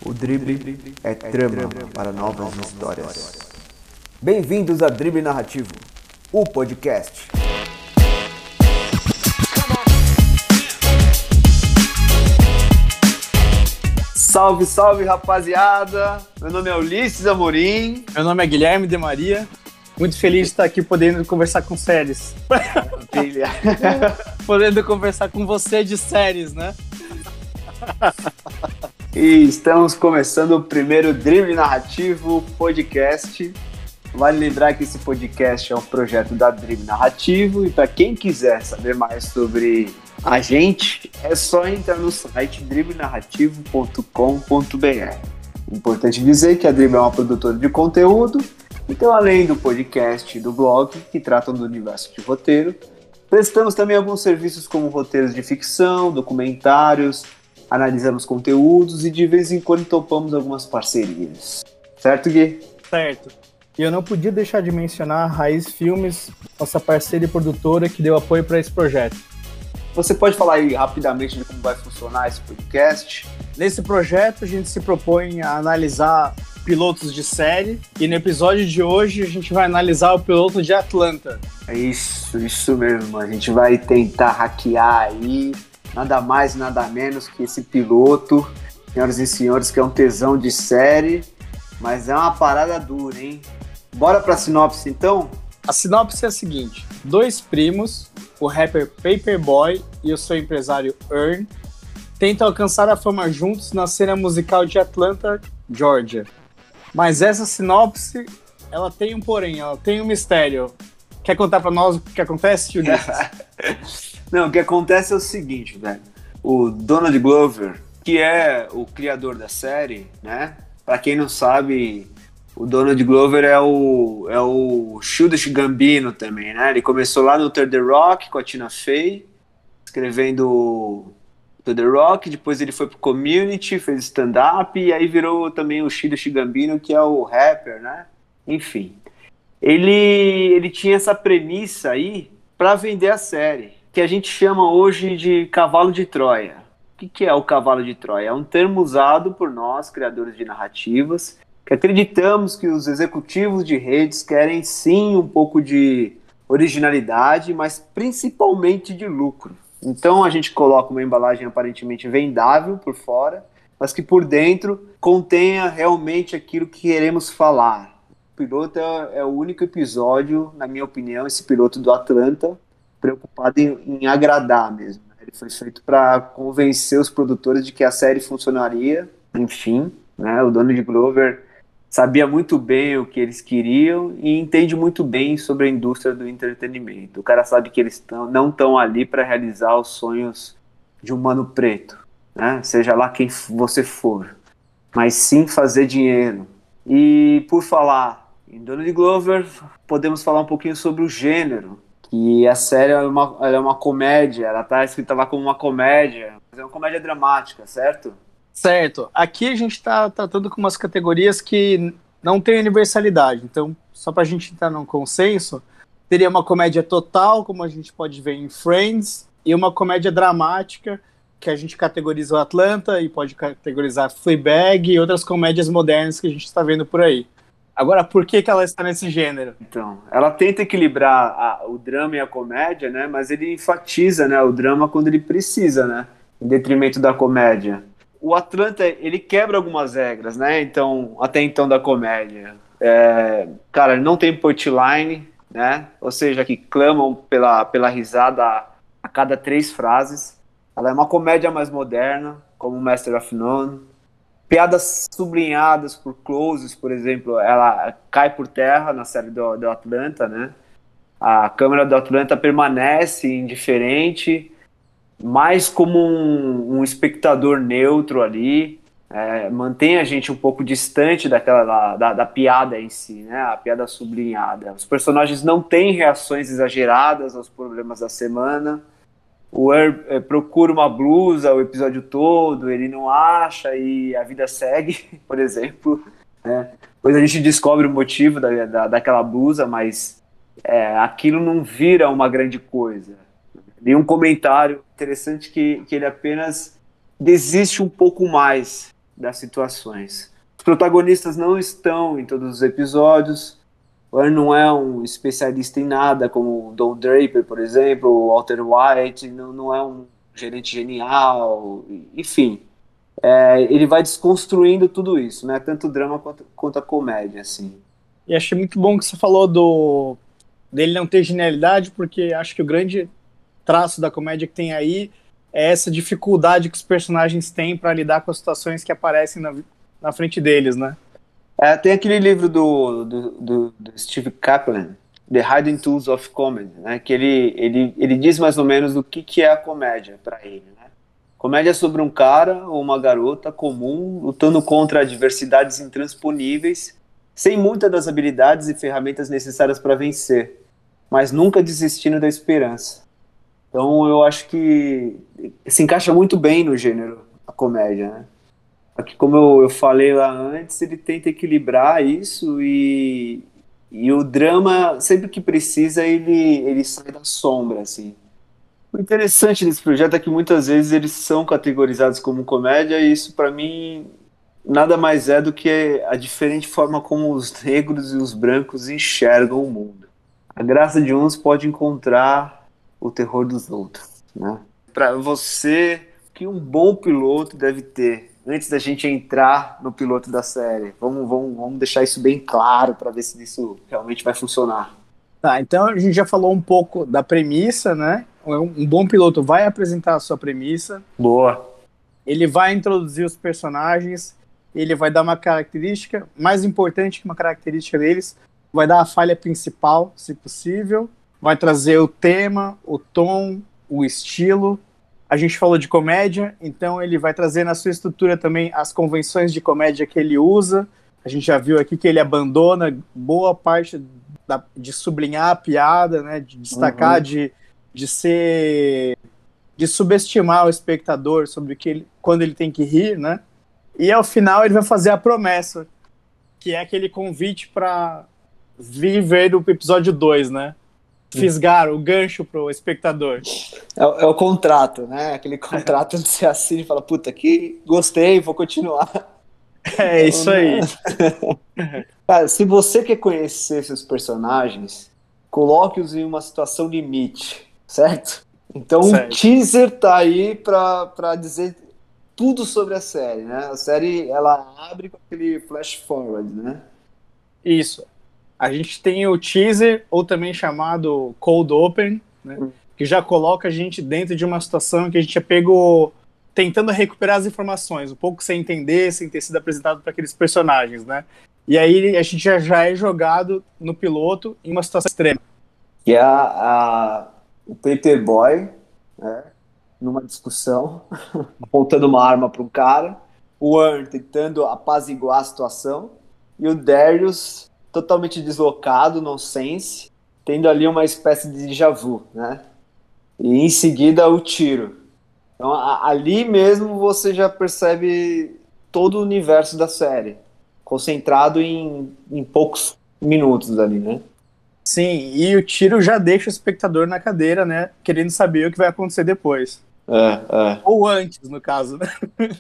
O drible é trama para novas histórias. Bem-vindos a Drible Narrativo, o podcast. Salve, salve, rapaziada! Meu nome é Ulisses Amorim. Meu nome é Guilherme de Maria. Muito feliz de estar aqui podendo conversar com séries. Podendo conversar com você de séries, né? E estamos começando o primeiro Drible Narrativo podcast. Vale lembrar que esse podcast é um projeto da Drible Narrativo e para quem quiser saber mais sobre a gente, é só entrar no site driblenarrativo.com.br. Importante dizer que a Drible é uma produtora de conteúdo, então além do podcast e do blog, que tratam do universo de roteiro, prestamos também alguns serviços como roteiros de ficção, documentários, analisamos conteúdos e de vez em quando topamos algumas parcerias. Certo, Gui? Certo. E eu não podia deixar de mencionar a Raiz Filmes, nossa parceira e produtora que deu apoio para esse projeto. Você pode falar aí rapidamente de como vai funcionar esse podcast? Nesse projeto a gente se propõe a analisar pilotos de série e no episódio de hoje a gente vai analisar o piloto de Atlanta. É isso mesmo. A gente vai tentar hackear aí nada mais e nada menos que esse piloto, senhoras e senhores, que é um tesão de série, mas é uma parada dura, hein? Bora pra sinopse, então? A sinopse é a seguinte: dois primos, o rapper Paperboy e o seu empresário Earn, tentam alcançar a fama juntos na cena musical de Atlanta, Georgia. Mas essa sinopse, ela tem um porém, ela tem um mistério. Quer contar pra nós o que acontece, Ulisses? Não, o que acontece é o seguinte, velho. O Donald Glover, que é o criador da série, né? Pra quem não sabe, o Donald Glover é o Childish Gambino também, né? Ele começou lá no The Rock com a Tina Fey, escrevendo The Rock, depois ele foi pro Community, fez stand-up, e aí virou também o Childish Gambino, que é o rapper, né? Enfim. Ele tinha essa premissa aí pra vender a série, que a gente chama hoje de cavalo de Troia. O que é o cavalo de Troia? É um termo usado por nós, criadores de narrativas, que acreditamos que os executivos de redes querem sim um pouco de originalidade, mas principalmente de lucro. Então a gente coloca uma embalagem aparentemente vendável por fora, mas que por dentro contenha realmente aquilo que queremos falar. O piloto é o único episódio, na minha opinião, esse piloto do Atlanta, preocupado em agradar mesmo. Ele foi feito para convencer os produtores de que a série funcionaria. Enfim, né, o Donald Glover sabia muito bem o que eles queriam e entende muito bem sobre a indústria do entretenimento. O cara sabe que eles não estão ali para realizar os sonhos de um mano preto, né? Seja lá quem você for, mas sim fazer dinheiro. E por falar em Donald Glover, podemos falar um pouquinho sobre o gênero. Que a série ela é uma comédia, ela tá escrita lá como uma comédia, mas é uma comédia dramática, certo? Certo. Aqui a gente está tratando com umas categorias que não têm universalidade. Então, só para a gente entrar num consenso, teria uma comédia total, como a gente pode ver em Friends, e uma comédia dramática, que a gente categoriza o Atlanta e pode categorizar Fleabag e outras comédias modernas que a gente está vendo por aí. Agora, por que ela está nesse gênero? Então, ela tenta equilibrar o drama e a comédia, né? Mas ele enfatiza, né, o drama quando ele precisa, né? Em detrimento da comédia. O Atlanta, ele quebra algumas regras, né? Então, até então da comédia. Cara, ele não tem punchline, né? Ou seja, que clamam pela risada a cada 3 frases. Ela é uma comédia mais moderna, como Master of None. Piadas sublinhadas por closes, por exemplo, ela cai por terra na série do Atlanta, né? A câmera do Atlanta permanece indiferente, mais como um espectador neutro ali, mantém a gente um pouco distante da piada em si, né? A piada sublinhada. Os personagens não têm reações exageradas aos problemas da semana. O Earl procura uma blusa o episódio todo, ele não acha e a vida segue, por exemplo. Né? Depois a gente descobre o motivo daquela blusa, mas aquilo não vira uma grande coisa. Li um comentário interessante que ele apenas desiste um pouco mais das situações. Os protagonistas não estão em todos os episódios. O Earn não é um especialista em nada, como o Don Draper, por exemplo, o Walter White, não é um gerente genial, enfim. Ele vai desconstruindo tudo isso, né? Tanto o drama quanto a comédia, assim. E achei muito bom que você falou dele não ter genialidade, porque acho que o grande traço da comédia que tem aí é essa dificuldade que os personagens têm para lidar com as situações que aparecem na frente deles, né? Tem aquele livro do Steve Kaplan, The Hidden Tools of Comedy, né? Que ele diz mais ou menos o que é a comédia para ele, né? Comédia é sobre um cara ou uma garota comum lutando contra adversidades intransponíveis, sem muitas das habilidades e ferramentas necessárias para vencer, mas nunca desistindo da esperança. Então eu acho que se encaixa muito bem no gênero a comédia, né? Aqui, como eu falei lá antes, ele tenta equilibrar isso e o drama, sempre que precisa, ele sai da sombra, assim. O interessante desse projeto é que muitas vezes eles são categorizados como comédia e isso, para mim, nada mais é do que a diferente forma como os negros e os brancos enxergam o mundo. A graça de uns pode encontrar o terror dos outros, né? Para você, o que um bom piloto deve ter? Antes da gente entrar no piloto da série, vamos deixar isso bem claro para ver se isso realmente vai funcionar. Tá, então a gente já falou um pouco da premissa, né? Um bom piloto vai apresentar a sua premissa. Boa. Ele vai introduzir os personagens, ele vai dar uma característica, mais importante que uma característica deles, vai dar a falha principal, se possível, vai trazer o tema, o tom, o estilo. A gente falou de comédia, então ele vai trazer na sua estrutura também as convenções de comédia que ele usa. A gente já viu aqui que ele abandona boa parte de sublinhar a piada, né, de destacar, de subestimar o espectador sobre quando ele tem que rir, né? E ao final ele vai fazer a promessa, que é aquele convite para viver do episódio 2, né? Fisgar o gancho pro espectador. É o contrato, né? Aquele contrato onde você assina e fala, puta, que gostei, vou continuar. É isso aí. Cara, se você quer conhecer seus personagens, coloque-os em uma situação limite, certo? Então certo. O teaser tá aí pra dizer tudo sobre a série, né? A série, ela abre com aquele flash forward, né? Isso. A gente tem o teaser, ou também chamado cold open, né? Que já coloca a gente dentro de uma situação que a gente é pego tentando recuperar as informações, um pouco sem entender, sem ter sido apresentado para aqueles personagens, né? E aí a gente já é jogado no piloto em uma situação extrema. Que é o Paperboy, né, numa discussão, apontando uma arma para um cara, o Earn tentando apaziguar a situação, e o Darius totalmente deslocado, nonsense, tendo ali uma espécie de déjà vu, né? E em seguida o tiro. Então ali mesmo você já percebe todo o universo da série, concentrado em poucos minutos ali, né? Sim, e o tiro já deixa o espectador na cadeira, né? Querendo saber o que vai acontecer depois. Ou antes, no caso, né?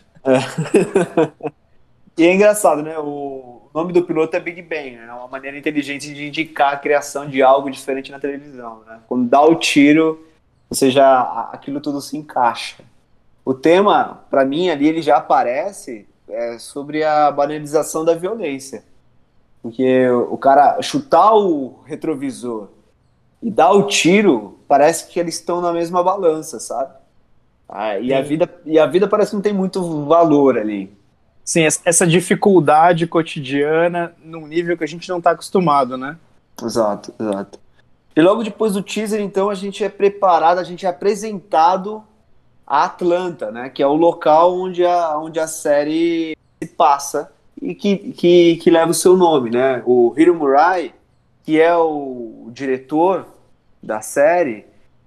E é engraçado, né? O nome do piloto é Big Bang, né? É uma maneira inteligente de indicar a criação de algo diferente na televisão, né? Quando dá o tiro, aquilo tudo se encaixa. O tema, para mim, ali ele já aparece sobre a banalização da violência. Porque o cara chutar o retrovisor e dar o tiro, parece que eles estão na mesma balança, sabe? E a vida parece que não tem muito valor ali. Sim, essa dificuldade cotidiana num nível que a gente não está acostumado, né? Exato. E logo depois do teaser, então, a gente é preparado, a gente é apresentado a Atlanta, né? Que é o local onde a série se passa e que leva o seu nome, né? O Hiro Murai, que é o diretor da série,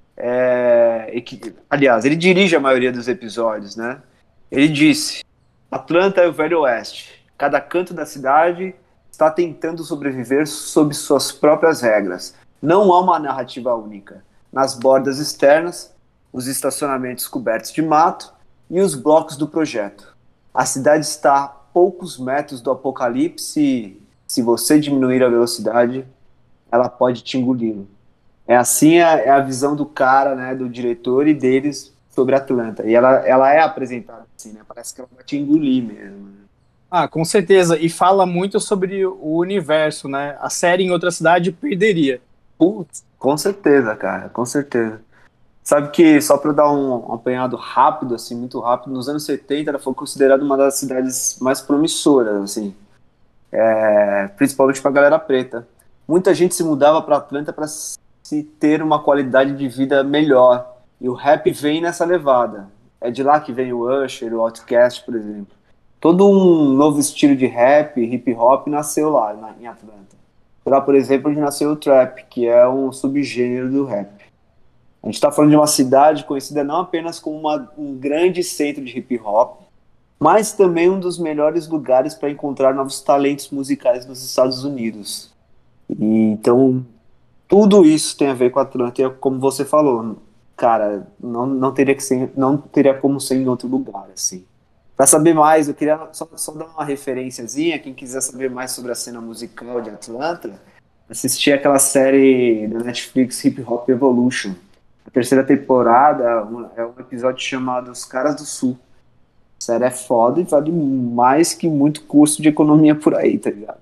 aliás, ele dirige a maioria dos episódios, né? Ele disse: Atlanta é o Velho Oeste. Cada canto da cidade está tentando sobreviver sob suas próprias regras. Não há uma narrativa única. Nas bordas externas, os estacionamentos cobertos de mato e os blocos do projeto. a cidade está a poucos metros do apocalipse, se você diminuir a velocidade, ela pode te engolir. É assim a visão do cara, né, do diretor e deles sobre Atlanta. E ela é apresentada assim, né? Parece que ela vai te engolir mesmo. Né? Ah, com certeza. E fala muito sobre o universo, né? A série em outra cidade perderia. Putz, com certeza, cara, com certeza. Sabe que, só para dar um apanhado rápido, assim, muito rápido, nos anos 70 ela foi considerada uma das cidades mais promissoras, assim, principalmente para a galera preta. Muita gente se mudava para Atlanta para se ter uma qualidade de vida melhor. E o rap vem nessa levada. É de lá que vem o Usher, o Outkast, por exemplo. Todo um novo estilo de rap, hip hop, nasceu lá em Atlanta. Lá, por exemplo, onde nasceu o trap, que é um subgênero do rap. A gente está falando de uma cidade conhecida não apenas como um grande centro de hip hop, mas também um dos melhores lugares para encontrar novos talentos musicais nos Estados Unidos. E, então, tudo isso tem a ver com a Atlanta, como você falou, cara, não teria que ser, não teria como ser em outro lugar, assim. Para saber mais, eu queria só dar uma referenciazinha, quem quiser saber mais sobre a cena musical de Atlanta, assistir aquela série da Netflix Hip Hop Evolution. A terceira temporada é um episódio chamado Os Caras do Sul. A série é foda e vale mais que muito curso de economia por aí, tá ligado?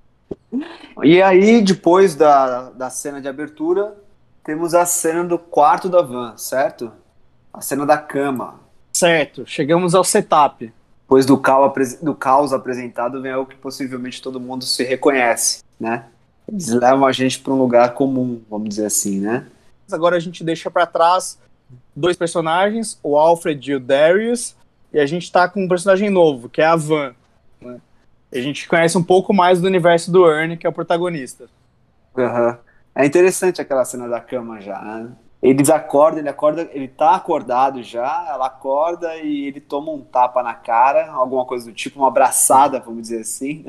E aí, depois da cena de abertura, temos a cena do quarto da van, certo? A cena da cama. Certo, chegamos ao setup. Depois do caos apresentado, vem algo que possivelmente todo mundo se reconhece, né? Eles levam a gente para um lugar comum, vamos dizer assim, né? Agora a gente deixa para trás dois personagens, o Alfred e o Darius, e a gente tá com um personagem novo, que é a Van. Né? A gente conhece um pouco mais do universo do Ernie, que é o protagonista. Uhum. É interessante aquela cena da cama já, né? Ele tá acordado já, ela acorda e ele toma um tapa na cara, alguma coisa do tipo, uma abraçada, vamos dizer assim.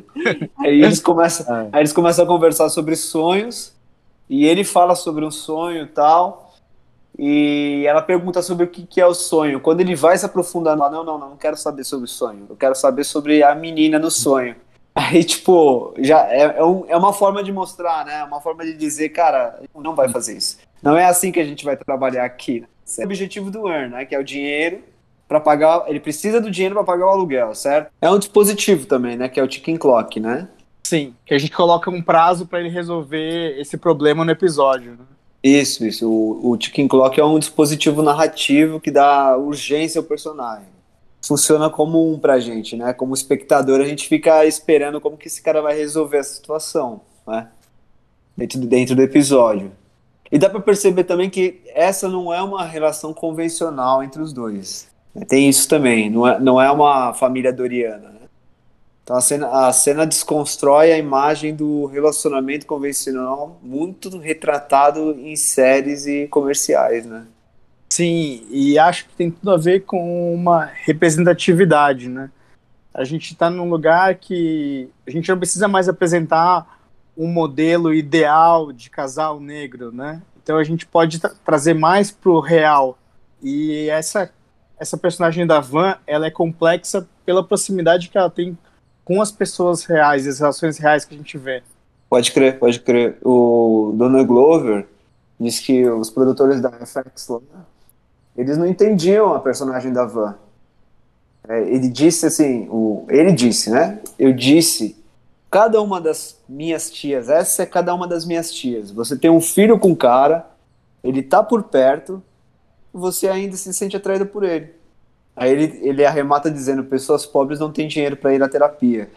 Aí eles começam a conversar sobre sonhos, e ele fala sobre um sonho e tal, e ela pergunta sobre o que é o sonho. Quando ele vai se aprofundando, ela, não quero saber sobre o sonho, eu quero saber sobre a menina no sonho. Aí, tipo, já é uma forma de mostrar, né? Uma forma de dizer, cara, não vai fazer isso. Não é assim que a gente vai trabalhar aqui. Esse é o objetivo do Earn, né? Que é o dinheiro para pagar. Ele precisa do dinheiro para pagar o aluguel, certo? É um dispositivo também, né? Que é o ticking clock, né? Sim, que a gente coloca um prazo para ele resolver esse problema no episódio. Né? Isso. O ticking clock é um dispositivo narrativo que dá urgência ao personagem. Funciona como pra gente, né? Como espectador, a gente fica esperando como que esse cara vai resolver a situação, né? Dentro do episódio. E dá pra perceber também que essa não é uma relação convencional entre os dois. Tem isso também, não é uma família doriana, né? Então a cena desconstrói a imagem do relacionamento convencional muito retratado em séries e comerciais, né? Sim, e acho que tem tudo a ver com uma representatividade, né? A gente está num lugar que a gente não precisa mais apresentar um modelo ideal de casal negro, né? Então a gente pode trazer mais pro real. E essa personagem da Van, ela é complexa pela proximidade que ela tem com as pessoas reais, as relações reais que a gente vê. Pode crer, pode crer. O Donald Glover diz que os produtores da FX lá, eles não entendiam a personagem da Van. Ele disse assim, ele disse, né? Eu disse, cada uma das minhas tias, essa é cada uma das minhas tias. Você tem um filho com um cara, ele tá por perto, você ainda se sente atraído por ele. Aí ele arremata dizendo, pessoas pobres não têm dinheiro para ir à terapia.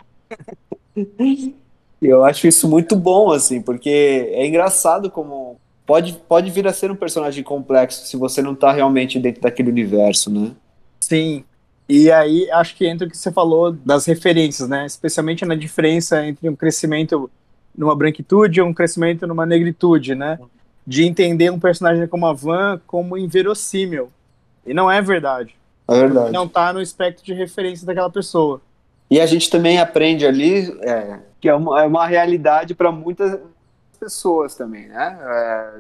E eu acho isso muito bom, assim, porque é engraçado como pode vir a ser um personagem complexo se você não tá realmente dentro daquele universo, né? Sim. E aí acho que entra o que você falou das referências, né? Especialmente na diferença entre um crescimento numa branquitude e um crescimento numa negritude, né? De entender um personagem como a Van como inverossímil. E não é verdade. É verdade. Não tá no espectro de referência daquela pessoa. E a gente também aprende ali que é uma realidade para muitas pessoas também, né?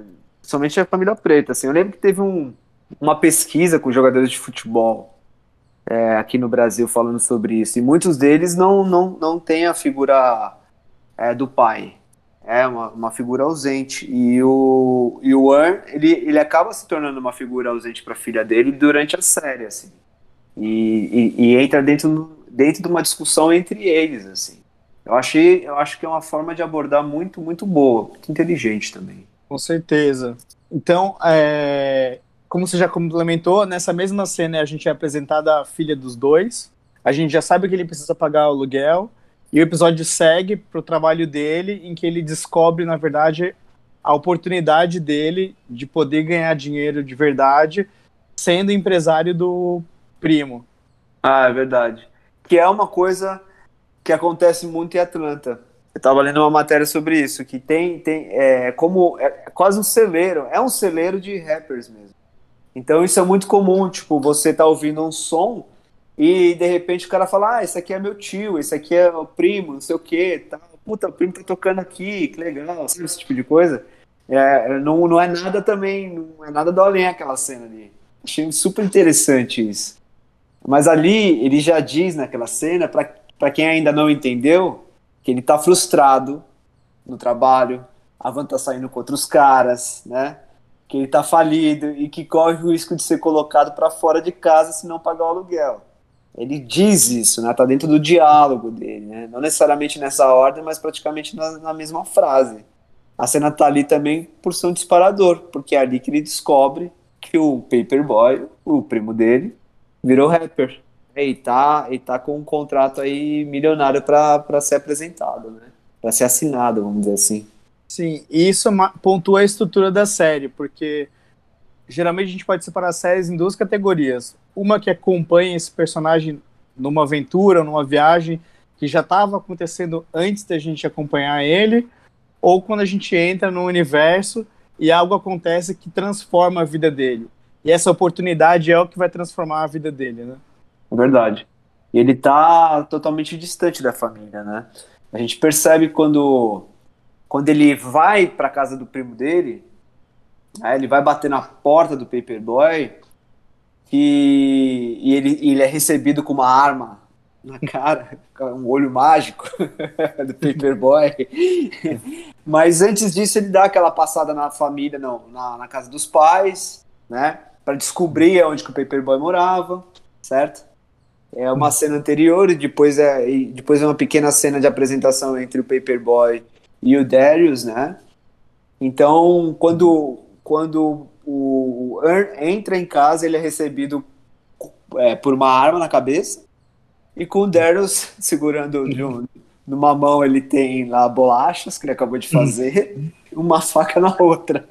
Somente a família preta. Assim. Eu lembro que teve uma pesquisa com jogadores de futebol aqui no Brasil falando sobre isso. E muitos deles não têm a figura do pai. É uma figura ausente. E o Earn, ele acaba se tornando uma figura ausente para a filha dele durante a série, assim. E entra dentro de uma discussão entre eles, assim. Eu acho que é uma forma de abordar muito, muito boa, muito inteligente também. Com certeza. Então, como você já complementou, nessa mesma cena a gente é apresentada a filha dos dois, a gente já sabe que ele precisa pagar o aluguel, e o episódio segue pro trabalho dele, em que ele descobre, na verdade, a oportunidade dele de poder ganhar dinheiro de verdade, sendo empresário do primo. Ah, é verdade. Que é uma coisa que acontece muito em Atlanta. Eu estava lendo uma matéria sobre isso, que como é quase um celeiro, é um celeiro de rappers mesmo. Então isso é muito comum, tipo, você tá ouvindo um som e de repente o cara fala, esse aqui é meu tio, esse aqui é o primo, não sei o que, tá. Puta, o primo tá tocando aqui, que legal, sabe esse tipo de coisa? Não é nada também, não é nada do além aquela cena ali. Achei super interessante isso. Mas ali ele já diz naquela cena, para quem ainda não entendeu, que ele tá frustrado no trabalho, a Van tá saindo com outros caras, né? Que ele tá falido e que corre o risco de ser colocado para fora de casa se não pagar o aluguel. Ele diz isso, né? Tá dentro do diálogo dele, né? Não necessariamente nessa ordem, mas praticamente na mesma frase. A cena tá ali também por ser um disparador, porque é ali que ele descobre que o Paperboy, o primo dele, virou rapper. E tá com um contrato aí milionário para ser apresentado, né? Para ser assinado, vamos dizer assim. Sim, e isso pontua a estrutura da série, porque geralmente a gente pode separar as séries em duas categorias. Uma que acompanha esse personagem numa aventura, numa viagem que já estava acontecendo antes da gente acompanhar ele, ou quando a gente entra no universo e algo acontece que transforma a vida dele. E essa oportunidade é o que vai transformar a vida dele, né? É verdade. E ele tá totalmente distante da família, né? A gente percebe quando ele vai para casa do primo dele, né, ele vai bater na porta do Paperboy e ele é recebido com uma arma na cara, um olho mágico do Paperboy. Mas antes disso ele dá aquela passada na família, não, na casa dos pais, né? Para descobrir onde que o Paperboy morava, certo? É uma cena anterior e depois é uma pequena cena de apresentação entre o Paperboy e o Darius, né? Então, quando o Earn entra em casa, ele é recebido por uma arma na cabeça e com o Darius segurando numa mão ele tem lá bolachas que ele acabou de fazer, e uma faca na outra.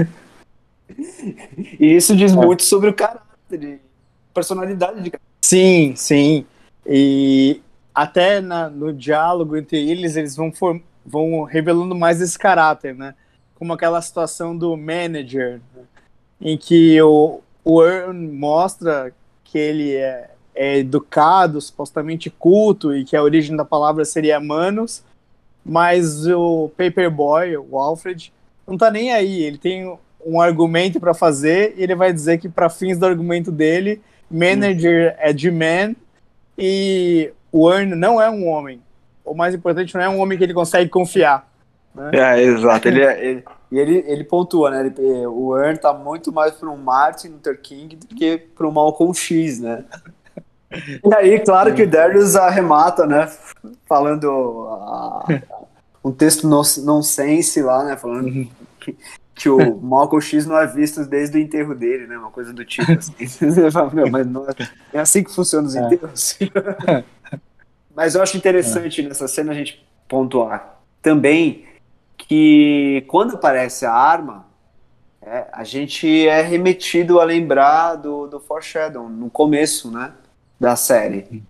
E isso diz muito sobre o caráter, personalidade de cada. Sim, sim. E até no diálogo entre eles vão revelando mais esse caráter, né? Como aquela situação do manager, né? Em que o Earn mostra que ele é educado, supostamente culto, e que a origem da palavra seria manos, mas o Paperboy, o Alfred, não tá nem aí. Ele tem um argumento para fazer e ele vai dizer que, para fins do argumento dele, manager é de man e o Earn não é um homem. O mais importante, não é um homem que ele consegue confiar. Né? Exato. Ele pontua, né? O Earn tá muito mais para um Martin Luther King do que para um Malcolm X, né? E aí, claro que o Darius arremata, né? Falando um texto nonsense lá, né? Falando que o Malcolm X não é visto desde o enterro dele, né? Uma coisa do tipo assim. Meu, mas não é assim que funcionam os enterros. Mas eu acho interessante nessa cena a gente pontuar também que quando aparece a arma, a gente é remetido a lembrar do Foreshadow no começo, né? Da série.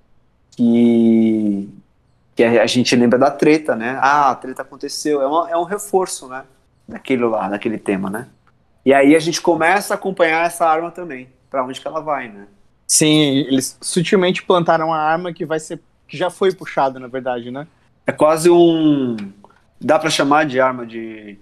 Que a gente lembra da treta, né? A treta aconteceu. É um reforço, né? Daquilo lá, daquele tema, né? E aí a gente começa a acompanhar essa arma também, para onde que ela vai, né? Sim, eles sutilmente plantaram a arma que já foi puxada, na verdade, né? É quase dá para chamar de arma de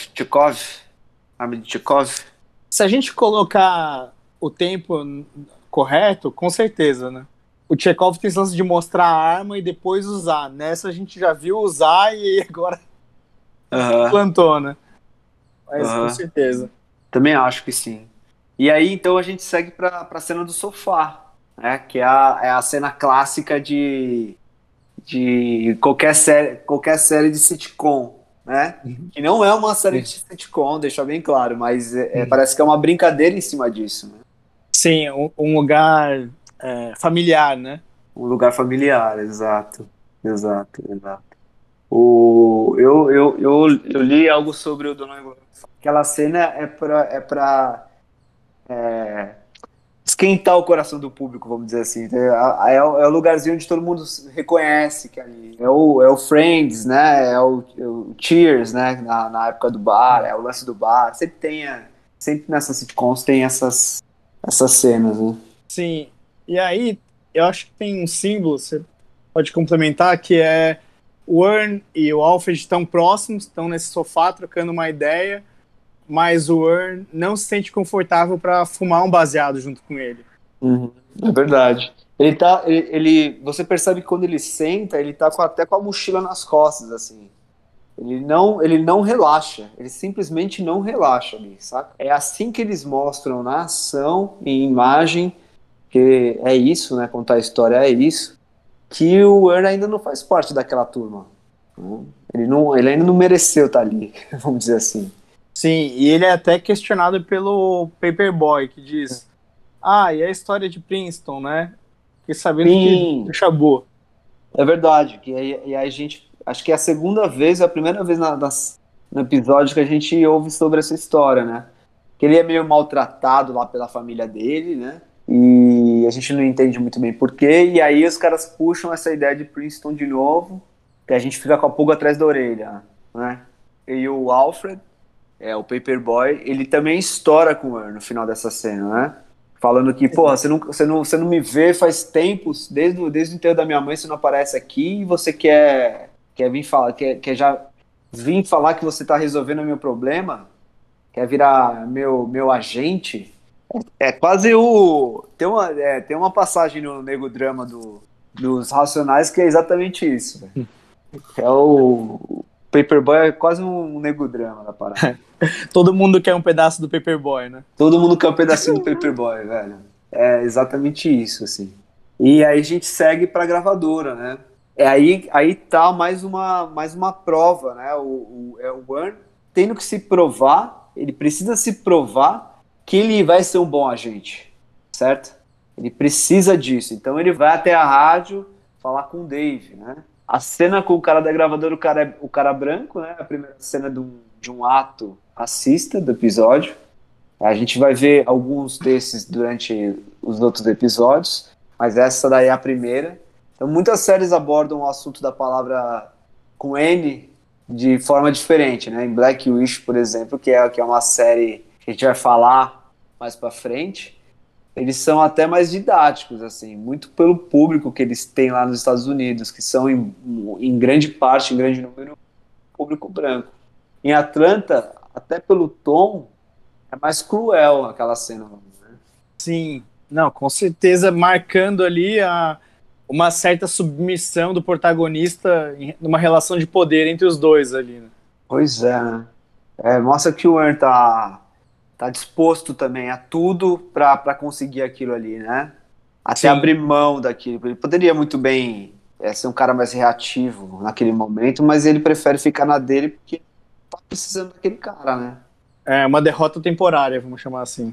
Chekhov, arma de Chekhov. Se a gente colocar o tempo correto, com certeza, né? O Chekhov tem esse lance de mostrar a arma e depois usar. Nessa a gente já viu usar e agora plantou, né? Mas com certeza. Também acho que sim. E aí, então, a gente segue para a cena do sofá, né? Que é a cena clássica de qualquer série de sitcom, né? Que não é uma série de sitcom, deixa bem claro, mas parece que é uma brincadeira em cima disso, né? Sim, um lugar familiar, né? Um lugar familiar, exato. Eu li algo sobre o Donald Glover. Aquela cena é pra esquentar o coração do público, vamos dizer assim. É o lugarzinho onde todo mundo reconhece que ali é o Friends, né? É o Cheers, né? Na época do bar, é o lance do bar. Sempre nessas sitcoms tem essas cenas, né? Sim, e aí eu acho que tem um símbolo, você pode complementar, que é o Earn e o Alfred estão próximos, estão nesse sofá trocando uma ideia, mas o Earn não se sente confortável para fumar um baseado junto com ele. É verdade. Você percebe que quando ele senta, ele tá até com a mochila nas costas, assim. Ele não relaxa, ele simplesmente não relaxa ali, saca? É assim que eles mostram na ação, em imagem, que é isso, né? Contar a história é isso, que o Earn ainda não faz parte daquela turma. Ele ainda não mereceu estar ali, vamos dizer assim. Sim, e ele é até questionado pelo Paperboy, que diz: e a história de Princeton, né? Fiquei sabendo que acabou. É verdade, e aí a gente, acho que é a segunda vez, é a primeira vez no episódio que a gente ouve sobre essa história, né? Que ele é meio maltratado lá pela família dele, né? E a gente não entende muito bem porquê, e aí os caras puxam essa ideia de Princeton de novo, que a gente fica com a pulga atrás da orelha, né? E o Alfred, o Paperboy, ele também estoura com o Earn no final dessa cena, né? Falando que, porra, você não me vê faz tempos, desde o enterro da minha mãe, você não aparece aqui e você quer vir falar, quer já vir falar que você tá resolvendo o meu problema? Quer virar meu agente? É quase o... Tem uma passagem no Nego Drama dos Racionais que é exatamente isso. É o Paperboy é quase um Nego Drama da parada. Todo mundo quer um pedaço do Paperboy, né? Todo mundo quer um pedacinho do Paperboy, velho. É exatamente isso, assim. E aí a gente segue pra gravadora, né? Aí tá mais uma prova, né? O Earn tendo que se provar, ele precisa se provar que ele vai ser um bom agente, certo? Ele precisa disso. Então ele vai até a rádio falar com o Dave, né? A cena com o cara da gravadora, o cara branco, né? A primeira cena de um ato racista do episódio. A gente vai ver alguns desses durante os outros episódios, mas essa daí é a primeira. Então, muitas séries abordam o assunto da palavra com N de forma diferente, né? Em Black Wish, por exemplo, que é uma série que a gente vai falar mais pra frente, eles são até mais didáticos, assim, muito pelo público que eles têm lá nos Estados Unidos, que são, em grande parte, em grande número, público branco. Em Atlanta, até pelo tom, é mais cruel aquela cena. Né? Sim, não, com certeza marcando ali uma certa submissão do protagonista numa relação de poder entre os dois ali, né? Pois é, né? Mostra que o Earn tá disposto também a tudo para conseguir aquilo ali, né? Até Sim. abrir mão daquilo. Ele poderia muito bem ser um cara mais reativo naquele momento, mas ele prefere ficar na dele porque tá precisando daquele cara, né? É uma derrota temporária, vamos chamar assim.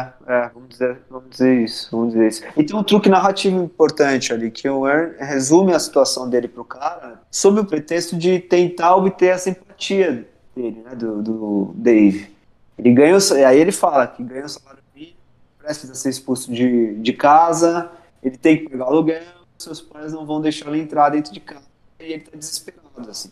Vamos dizer isso. E tem um truque narrativo importante ali, que o Earn resume a situação dele pro cara sob o pretexto de tentar obter a simpatia dele, né, do Dave. Aí ele fala que ganha o salário mínimo, precisa ser expulso de casa, ele tem que pegar o aluguel, seus pais não vão deixar ele entrar dentro de casa, e ele tá desesperado, assim.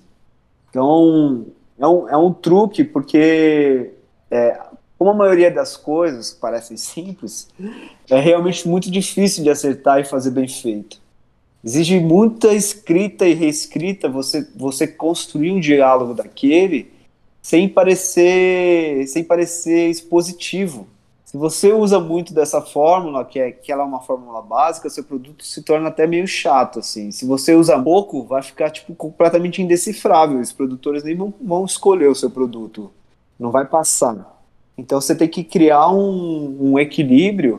Então, é um truque, porque como a maioria das coisas parecem simples, é realmente muito difícil de acertar e fazer bem feito. Exige muita escrita e reescrita você construir um diálogo daquele sem parecer expositivo, Se você usa muito dessa fórmula, que ela é uma fórmula básica, seu produto se torna até meio chato, assim. Se você usa pouco, vai ficar, tipo, completamente indecifrável. Os produtores nem vão escolher o seu produto. Não vai passar. Então você tem que criar um equilíbrio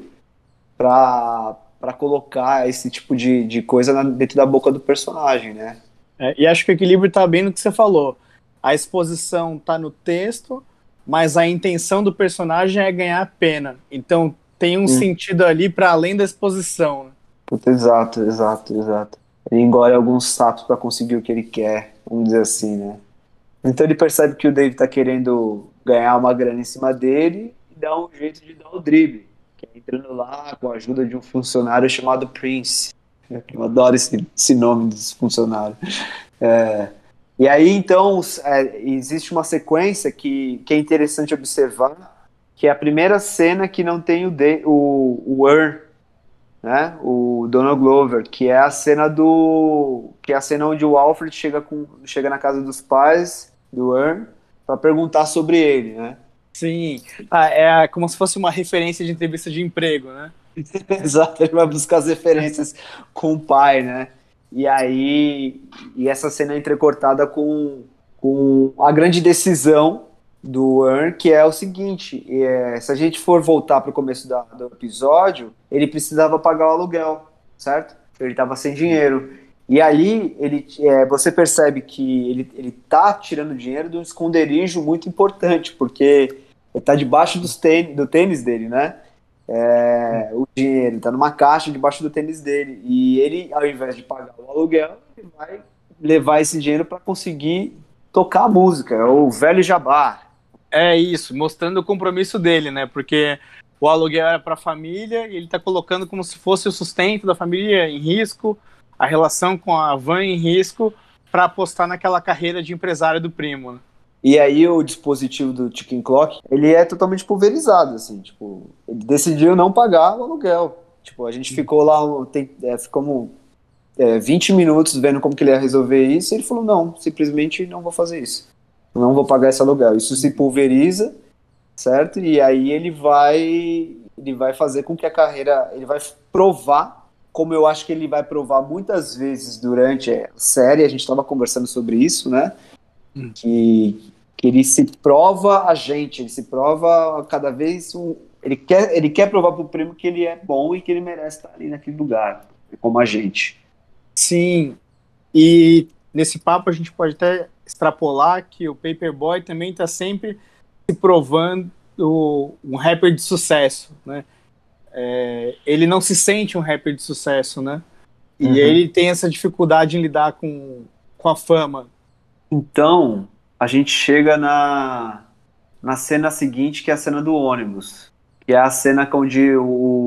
para colocar esse tipo de coisa dentro da boca do personagem, né? E acho que o equilíbrio está bem no que você falou. A exposição está no texto, mas a intenção do personagem é ganhar pena. Então tem um sentido ali para além da exposição, né? Puta, exato, exato, exato. Ele engole alguns sapos para conseguir o que ele quer, vamos dizer assim, né? Então ele percebe que o Dave tá querendo ganhar uma grana em cima dele e dá um jeito de dar o drible, que é entrando lá com a ajuda de um funcionário chamado Prince. Eu adoro esse nome desse funcionário. É, e aí, então, existe uma sequência que é interessante observar, que é a primeira cena que não tem o Earn, né? O Donald Glover, que é a cena onde o Alfred chega na casa dos pais do Earn para perguntar sobre ele, né? Sim, como se fosse uma referência de entrevista de emprego, né? Exato, ele vai buscar as referências com o pai, né? E aí, essa cena é entrecortada com a grande decisão do Earn, que é o seguinte: se a gente for voltar para o começo do episódio, ele precisava pagar o aluguel, certo? Ele estava sem dinheiro. E ali você percebe que ele tá tirando dinheiro de um esconderijo muito importante, porque ele tá debaixo do tênis dele, né? O dinheiro está numa caixa debaixo do tênis dele. E ele, ao invés de pagar o aluguel, ele vai levar esse dinheiro para conseguir tocar a música. É o velho jabá. É isso, mostrando o compromisso dele, né? Porque o aluguel era para a família e ele está colocando como se fosse o sustento da família em risco, a relação com a van em risco, para apostar naquela carreira de empresário do primo, né? E aí o dispositivo do Ticking Clock, ele é totalmente pulverizado, assim, tipo, ele decidiu não pagar o aluguel. Tipo, a gente ficou lá, ficamos 20 minutos vendo como que ele ia resolver isso, e ele falou, não, simplesmente não vou fazer isso. Não vou pagar esse aluguel. Isso se pulveriza, certo? E aí ele vai fazer com que a carreira, ele vai provar, como eu acho que ele vai provar muitas vezes durante a série, a gente estava conversando sobre isso, né? Que ele se prova ele se prova cada vez ele quer provar pro primo que ele é bom e que ele merece estar ali naquele lugar, como a gente. Sim, e nesse papo a gente pode até extrapolar que o Paperboy também está sempre se provando um rapper de sucesso, né? Ele não se sente um rapper de sucesso, né? E ele tem essa dificuldade em lidar com a fama. Então, a gente chega na cena seguinte, que é a cena do ônibus, que é a cena onde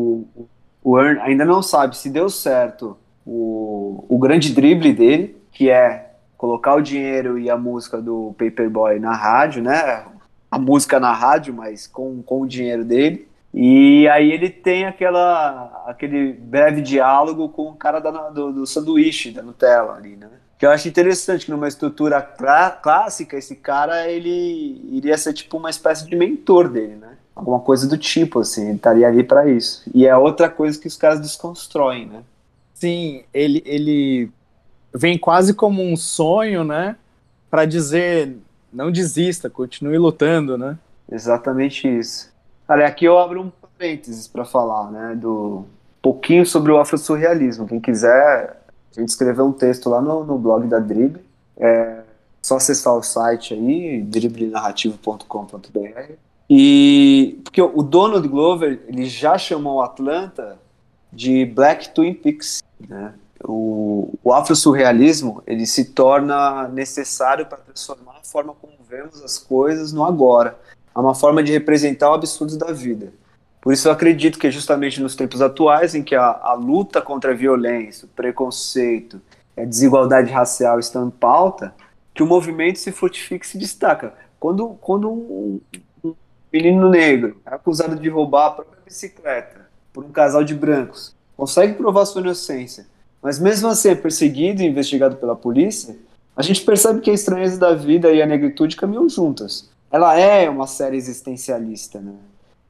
o Earn ainda não sabe se deu certo o grande drible dele, que é colocar o dinheiro e a música do Paperboy na rádio, né? A música na rádio, mas com o dinheiro dele. E aí ele tem aquele breve diálogo com o cara do sanduíche, da Nutella ali, né? Que eu acho interessante que numa estrutura clássica, esse cara, ele iria ser tipo uma espécie de mentor dele, né? Alguma coisa do tipo, assim, ele estaria ali para isso. E é outra coisa que os caras desconstroem, né? Sim, ele vem quase como um sonho, né? Para dizer, não desista, continue lutando, né? Exatamente isso. Cara, aqui eu abro um parênteses para falar, né? Pouquinho sobre o afro-surrealismo. Quem quiser, a gente escreveu um texto lá no blog da Drible. É só acessar o site aí, driblenarrativo.com.br. E porque o Donald Glover, ele já chamou Atlanta de Black Twin Peaks, né? O afro-surrealismo, ele se torna necessário para transformar a forma como vemos as coisas no agora. É uma forma de representar o absurdo da vida. Por isso eu acredito que é justamente nos tempos atuais, em que a luta contra a violência, o preconceito, a desigualdade racial estão em pauta, que o movimento se fortifica e se destaca. Quando um menino negro é acusado de roubar a própria bicicleta por um casal de brancos, consegue provar sua inocência, mas mesmo assim é perseguido e investigado pela polícia, a gente percebe que a estranheza da vida e a negritude caminham juntas. Ela é uma série existencialista, né?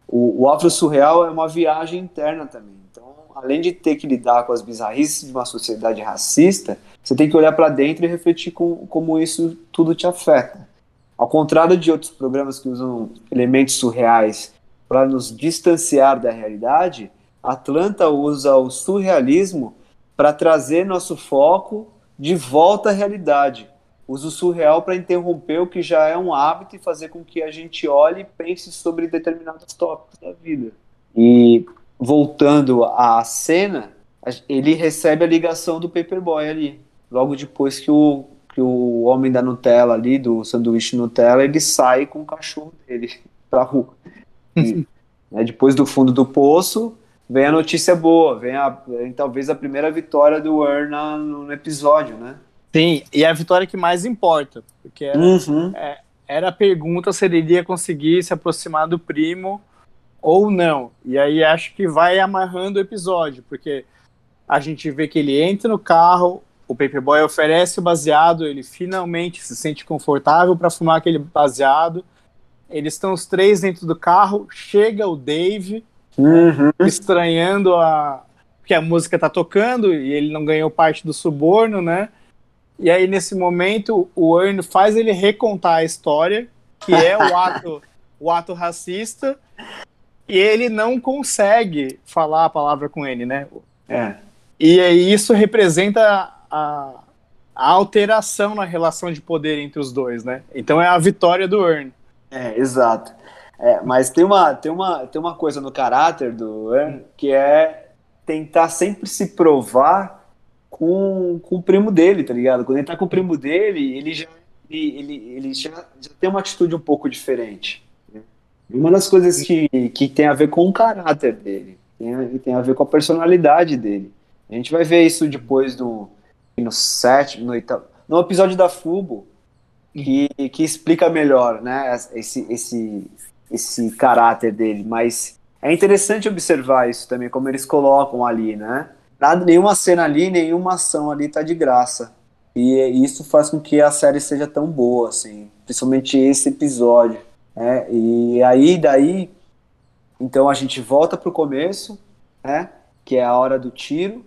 o afro-surreal é uma viagem interna também. Então, além de ter que lidar com as bizarrices de uma sociedade racista, você tem que olhar para dentro e refletir como isso tudo te afeta. Ao contrário de outros programas que usam elementos surreais para nos distanciar da realidade, Atlanta usa o surrealismo para trazer nosso foco de volta à realidade. Usa o surreal para interromper o que já é um hábito e fazer com que a gente olhe e pense sobre determinados tópicos da vida. E voltando à cena, ele recebe a ligação do Paperboy ali, logo depois que o homem da Nutella ali, do sanduíche Nutella, ele sai com o cachorro dele pra rua. E, né, depois do fundo do poço, vem a notícia boa, vem talvez a primeira vitória do Earn no episódio, né? Sim, e é a vitória que mais importa, porque era a pergunta se ele iria conseguir se aproximar do primo ou não. E aí acho que vai amarrando o episódio, porque a gente vê que ele entra no carro, o Paperboy oferece o baseado, ele finalmente se sente confortável para fumar aquele baseado. Eles estão os três dentro do carro, chega o Dave, estranhando que a música tá tocando e ele não ganhou parte do suborno, né? E aí, nesse momento, o Earn faz ele recontar a história, que é o ato racista, e ele não consegue falar a palavra com ele, né? E aí, isso representa a alteração na relação de poder entre os dois, né? Então é a vitória do Earn. Exato. Mas tem uma coisa no caráter do Earn que é tentar sempre se provar com o primo dele, tá ligado? Quando ele tá com o primo dele, ele já tem uma atitude um pouco diferente. Né? Uma das coisas que tem a ver com o caráter dele, tem a ver com a personalidade dele. A gente vai ver isso depois no sétimo, no episódio da Fubo, que explica melhor, né, esse caráter dele, mas é interessante observar isso também, como eles colocam ali, né, nenhuma cena ali, nenhuma ação ali tá de graça, e isso faz com que a série seja tão boa, assim, principalmente esse episódio, né, e aí, daí, então a gente volta pro começo, né, que é a hora do tiro,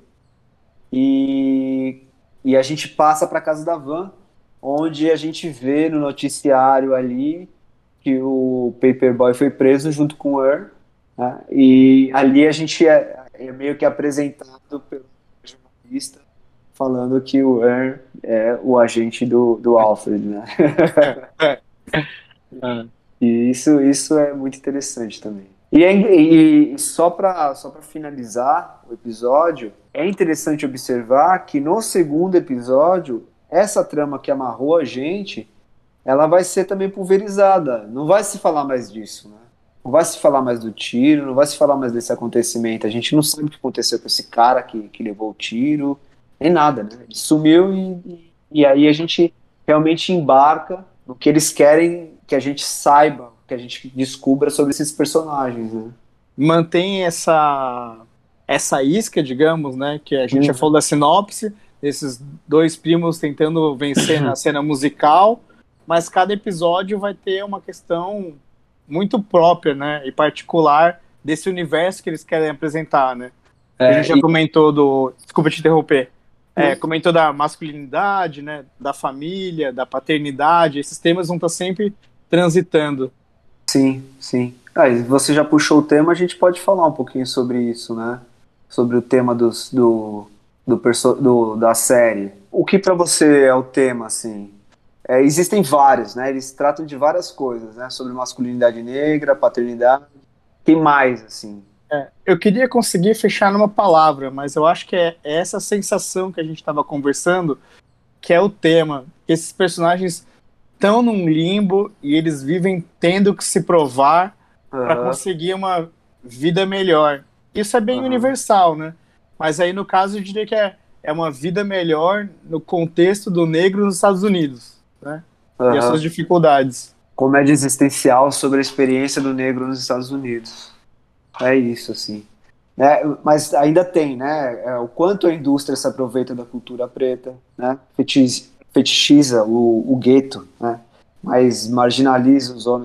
e a gente passa pra casa da Van, onde a gente vê no noticiário ali que o Paperboy foi preso junto com o Earn, né? E ali a gente é meio que apresentado pelo jornalista falando que o Earn é o agente do Alfred, né? E isso é muito interessante também. E só para finalizar o episódio, é interessante observar que no segundo episódio essa trama que amarrou a gente, ela vai ser também pulverizada. Não vai se falar mais disso, né? Não vai se falar mais do tiro, não vai se falar mais desse acontecimento. A gente não sabe o que aconteceu com esse cara que levou o tiro, nem nada, né? Ele sumiu e aí a gente realmente embarca no que eles querem que a gente saiba, que a gente descubra sobre esses personagens, né? Mantém essa isca, digamos, né? Que a gente já falou da sinopse, esses dois primos tentando vencer na cena musical, mas cada episódio vai ter uma questão muito própria, né, e particular desse universo que eles querem apresentar, né? A gente já comentou desculpa te interromper, comentou da masculinidade, né, da família, da paternidade, esses temas vão estar sempre transitando. Sim, sim. E você já puxou o tema, a gente pode falar um pouquinho sobre isso, né? Sobre o tema da série. O que para você é o tema, assim? Existem vários, né? Eles tratam de várias coisas, né? Sobre masculinidade negra, paternidade. Tem mais, assim? Eu queria conseguir fechar numa palavra, mas eu acho que é essa sensação que a gente estava conversando que é o tema. Esses personagens estão num limbo e eles vivem tendo que se provar para conseguir uma vida melhor. Isso é bem universal, né? Mas aí, no caso, eu diria que é uma vida melhor no contexto do negro nos Estados Unidos, né? E as suas dificuldades. Comédia existencial sobre a experiência do negro nos Estados Unidos. É isso, assim. Mas ainda tem, né? O quanto a indústria se aproveita da cultura preta, né? Fetichiza o gueto, né? Mas marginaliza os homens que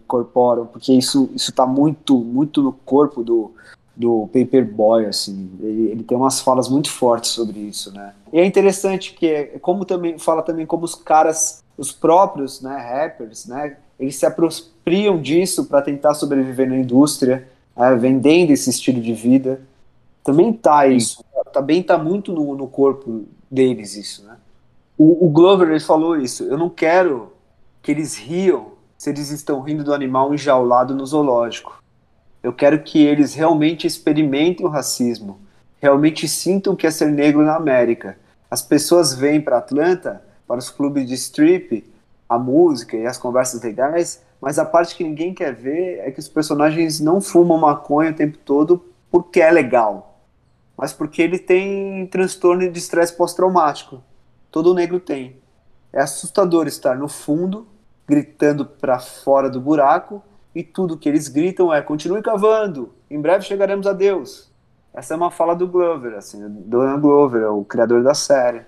incorporam, porque isso tá muito, muito no corpo do Paperboy, assim, ele tem umas falas muito fortes sobre isso, né? E é interessante que como também fala também como os caras, os próprios, né, rappers, né, eles se apropriam disso para tentar sobreviver na indústria, vendendo esse estilo de vida. Também tá isso, também tá muito no corpo deles isso, né? O Glover, ele falou isso, eu não quero que eles riam se eles estão rindo do animal enjaulado no zoológico. Eu quero que eles realmente experimentem o racismo, realmente sintam o que é ser negro na América. As pessoas vêm para Atlanta, para os clubes de strip, a música e as conversas legais, mas a parte que ninguém quer ver é que os personagens não fumam maconha o tempo todo porque é legal, mas porque ele tem transtorno de estresse pós-traumático. Todo negro tem. É assustador estar no fundo, gritando para fora do buraco, e tudo que eles gritam é: continue cavando, em breve chegaremos a Deus. Essa é uma fala do Glover, assim, do Donald Glover, o criador da série.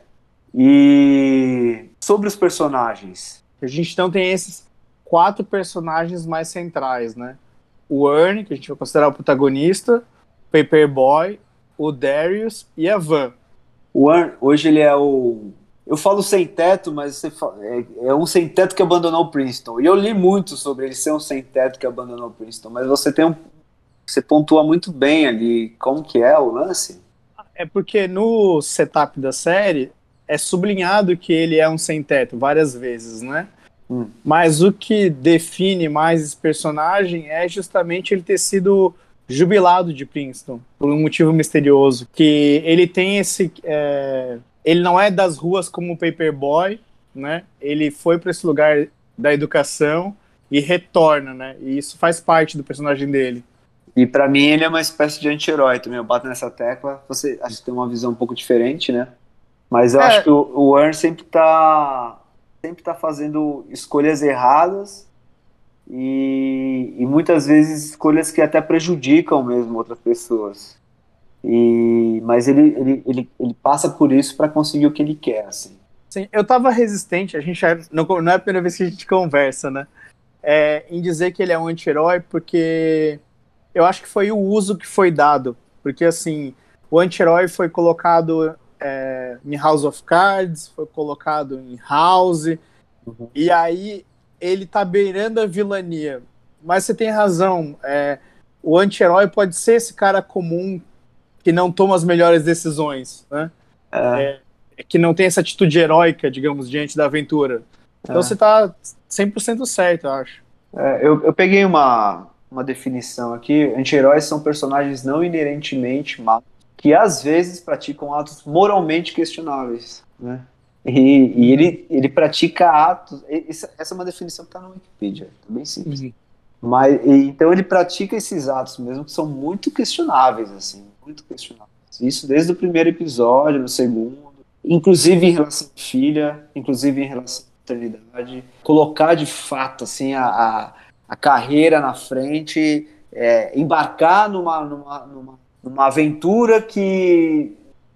E sobre os personagens. A gente então tem esses 4 personagens mais centrais, né? O Ernie, que a gente vai considerar o protagonista, o Paperboy, o Darius e a Van. O Ernie, hoje ele é o... Eu falo sem teto, mas é um sem teto que abandonou o Princeton. E eu li muito sobre ele ser um sem teto que abandonou o Princeton, mas você pontua muito bem ali como que é o lance. É porque no setup da série é sublinhado que ele é um sem teto várias vezes, né? Mas o que define mais esse personagem é justamente ele ter sido jubilado de Princeton, por um motivo misterioso, que ele tem esse... ele não é das ruas como o Paperboy, né? Ele foi para esse lugar da educação e retorna, né? E isso faz parte do personagem dele. E pra mim ele é uma espécie de anti-herói também. Eu bato nessa tecla. Você acho que tem uma visão um pouco diferente, né? Mas eu acho que o Earn sempre tá fazendo escolhas erradas e muitas vezes escolhas que até prejudicam mesmo outras pessoas. Mas ele passa por isso para conseguir o que ele quer, assim. Sim, eu tava resistente, a gente não é a primeira vez que a gente conversa, né? Em dizer que ele é um anti-herói, porque eu acho que foi o uso que foi dado. Porque, assim, o anti-herói foi colocado em House of Cards, foi colocado em House, e aí ele tá beirando a vilania. Mas você tem razão, o anti-herói pode ser esse cara comum que não toma as melhores decisões, né? Que não tem essa atitude heróica, digamos, diante da aventura. Então você tá 100% certo, eu acho. Eu peguei uma definição aqui. Anti-heróis são personagens não inerentemente maus, que às vezes praticam atos moralmente questionáveis, né? E ele pratica atos... Essa é uma definição que está na Wikipedia, é bem simples. Então ele pratica esses atos mesmo que são muito questionáveis, assim, muito questionáveis. Isso desde o primeiro episódio, no segundo, inclusive em relação à filha, inclusive em relação à maternidade. Colocar de fato assim, a carreira na frente, embarcar numa aventura que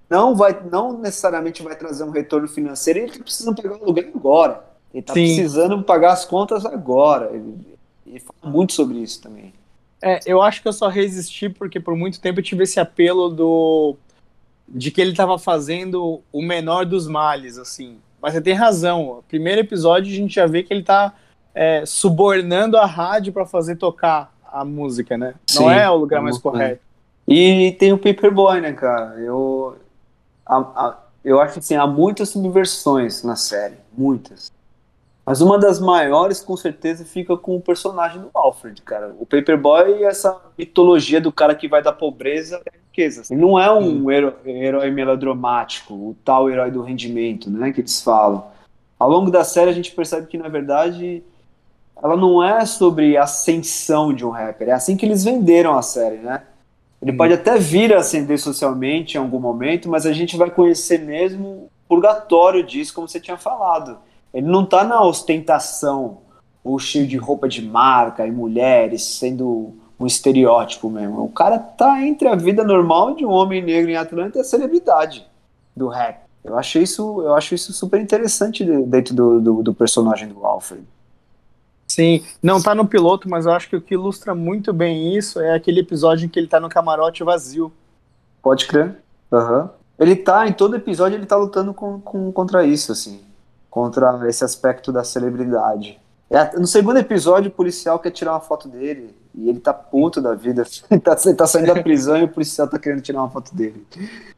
não necessariamente vai trazer um retorno financeiro. Ele está precisando pagar o aluguel agora. Ele está precisando pagar as contas agora. Ele fala muito sobre isso também. Eu acho que eu só resisti porque por muito tempo eu tive esse apelo de que ele estava fazendo o menor dos males, assim. Mas você tem razão. No primeiro episódio a gente já vê que ele está subornando a rádio para fazer tocar a música, né? Sim, não é o lugar mais correto. E tem o Paperboy, né, cara? Eu acho que assim, há muitas subversões na série, muitas. Mas uma das maiores, com certeza, fica com o personagem do Alfred, cara. O Paperboy e essa mitologia do cara que vai da pobreza à riqueza. Ele não é um herói melodramático, o tal herói do rendimento, né, que eles falam. Ao longo da série a gente percebe que, na verdade, ela não é sobre a ascensão de um rapper. É assim que eles venderam a série, né? Ele pode até vir a ascender socialmente em algum momento, mas a gente vai conhecer mesmo o purgatório disso, como você tinha falado. Ele não tá na ostentação, ou cheio de roupa de marca e mulheres, sendo um estereótipo mesmo. O cara tá entre a vida normal de um homem negro em Atlanta e a celebridade do rap. Eu acho isso super interessante dentro do personagem do Alfred. Sim, não tá no piloto, mas eu acho que o que ilustra muito bem isso é aquele episódio em que ele tá no camarote vazio. Pode crer. Aham. Ele tá, em todo episódio, ele tá lutando contra isso, assim. Contra esse aspecto da celebridade. No segundo episódio, o policial quer tirar uma foto dele. E ele tá puto da vida. Ele tá saindo da prisão e o policial tá querendo tirar uma foto dele.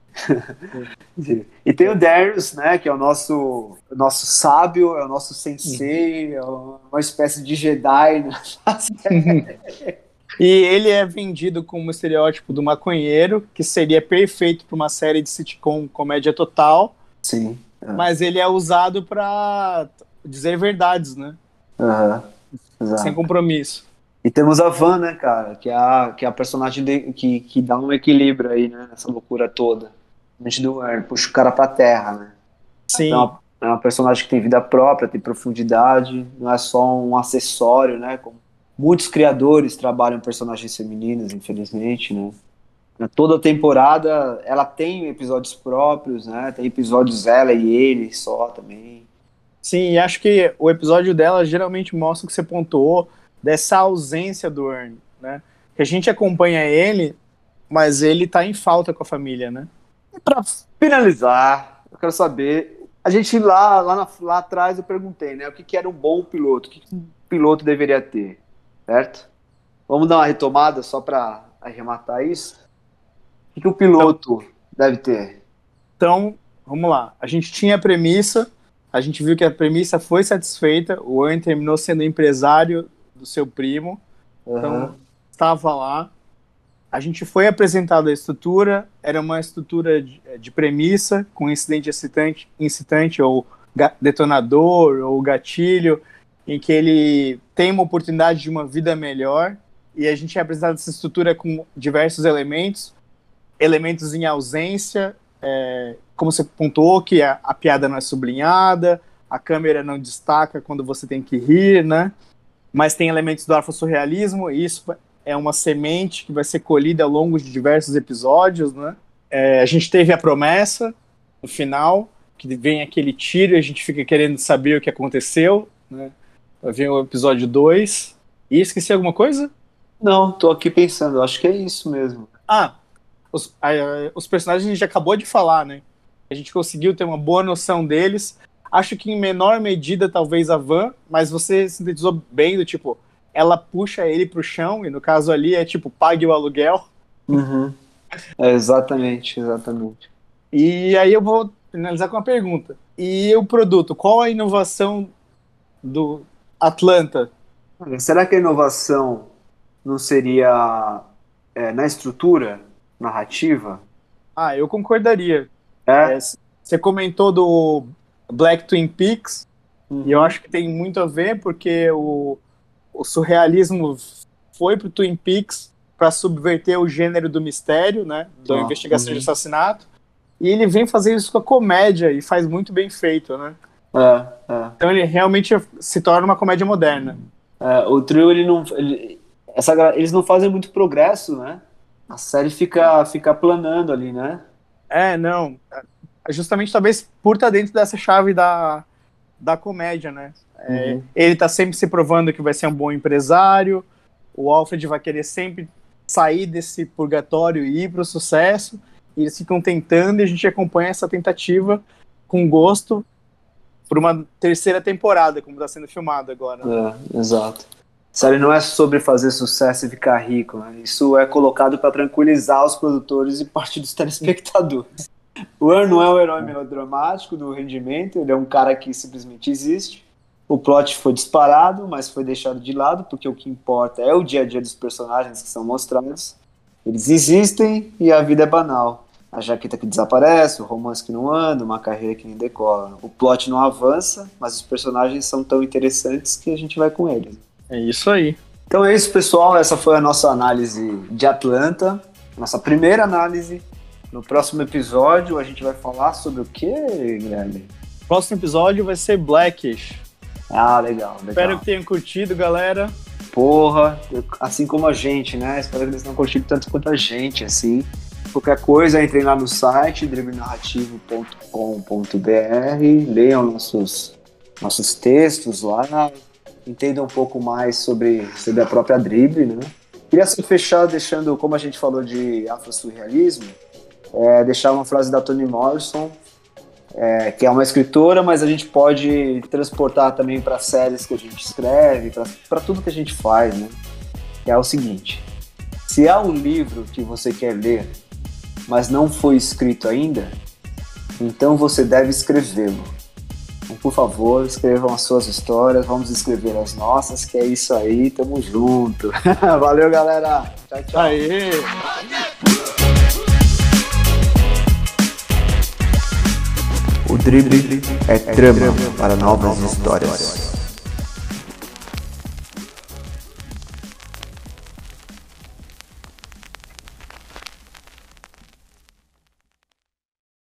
E tem o Darius, né, que é o nosso sábio, é o nosso sensei, é uma espécie de Jedi, né? E ele é vendido como o estereótipo do maconheiro, que seria perfeito para uma série de sitcom comédia total, Sim. mas ele é usado para dizer verdades, né? Aham. Sem Exato. compromisso. E temos a Van, né, cara, que é a personagem que dá um equilíbrio aí, né, nessa loucura toda. A gente puxa o cara pra terra, né? É Sim, uma personagem que tem vida própria, tem profundidade, não é só um acessório, né? Como muitos criadores trabalham personagens femininas, infelizmente, né? Toda temporada ela tem episódios próprios, né? Tem episódios ela e ele só também. sim, e acho que o episódio dela geralmente mostra o que você pontuou dessa ausência do Ernie, né? Que a gente acompanha ele, mas ele tá em falta com a família, né? E para finalizar, eu quero saber, a gente lá atrás eu perguntei, né? O que era um bom piloto? O que um piloto deveria ter, certo? Vamos dar uma retomada só para arrematar isso? O que o piloto deve ter? Então, vamos lá. A gente tinha a premissa, a gente viu que a premissa foi satisfeita, o Ernie terminou sendo empresário do seu primo, então estava lá. A gente foi apresentado a estrutura, era uma estrutura de premissa, com incidente incitante ou detonador ou gatilho, em que ele tem uma oportunidade de uma vida melhor, e a gente é apresentado essa estrutura com diversos elementos em ausência, como você pontuou, que a piada não é sublinhada, a câmera não destaca quando você tem que rir, né? Mas tem elementos do afro-surrealismo, e isso é uma semente que vai ser colhida ao longo de diversos episódios, né? A gente teve a promessa, no final, que vem aquele tiro e a gente fica querendo saber o que aconteceu, né? Vai vir o episódio 2. E esqueci alguma coisa? Não, tô aqui pensando, acho que é isso mesmo. Os personagens a gente acabou de falar, né? A gente conseguiu ter uma boa noção deles. Acho que em menor medida, talvez, a Van, mas você sintetizou bem do tipo, ela puxa ele pro chão, e no caso ali é tipo, pague o aluguel. Uhum. Exatamente. E aí eu vou finalizar com uma pergunta. E o produto, qual a inovação do Atlanta? Será que a inovação não seria na estrutura narrativa? Eu concordaria. É? Você comentou do Black Twin Peaks, e eu Uhum. acho que tem muito a ver, porque o surrealismo foi pro Twin Peaks para subverter o gênero do mistério, né, da investigação de assassinato, e ele vem fazer isso com a comédia, e faz muito bem feito, né? Então ele realmente se torna uma comédia moderna. O trio, eles não fazem muito progresso, né? A série fica planando ali, né? Não. Justamente talvez por estar dentro dessa chave da comédia, né? Ele tá sempre se provando que vai ser um bom empresário, o Alfred vai querer sempre sair desse purgatório e ir pro sucesso, e eles ficam tentando, e a gente acompanha essa tentativa com gosto por uma terceira temporada, como está sendo filmado agora. Exato. A série não é sobre fazer sucesso e ficar rico, né? Isso é colocado para tranquilizar os produtores e parte dos telespectadores. O Earn não é um herói melodramático do rendimento, ele é um cara que simplesmente existe. O plot foi disparado, mas foi deixado de lado, porque o que importa é o dia a dia dos personagens que são mostrados. Eles existem e a vida é banal. A jaqueta que desaparece, o romance que não anda, uma carreira que nem decola. O plot não avança, mas os personagens são tão interessantes que a gente vai com eles. É isso aí. Então é isso, pessoal. Essa foi a nossa análise de Atlanta, nossa primeira análise. No próximo episódio a gente vai falar sobre o quê, Guilherme? O próximo episódio vai ser Blackish. Legal. Espero que tenham curtido, galera. Porra, assim como a gente, né? Espero que eles tenham curtido tanto quanto a gente, assim. Qualquer coisa, entrem lá no site driblenarrativo.com.br, leiam nossos textos lá, entendam um pouco mais sobre a própria Drible, né? Queria só fechar deixando, como a gente falou de afro-surrealismo, deixar uma frase da Toni Morrison, que é uma escritora, mas a gente pode transportar também para séries que a gente escreve, para tudo que a gente faz, né? Que é o seguinte: se há um livro que você quer ler, mas não foi escrito ainda, então você deve escrevê-lo. Então, por favor, escrevam as suas histórias, vamos escrever as nossas, que é isso aí, tamo junto. Valeu, galera. Tchau, tchau. Aê! O Drible é trama para novas histórias.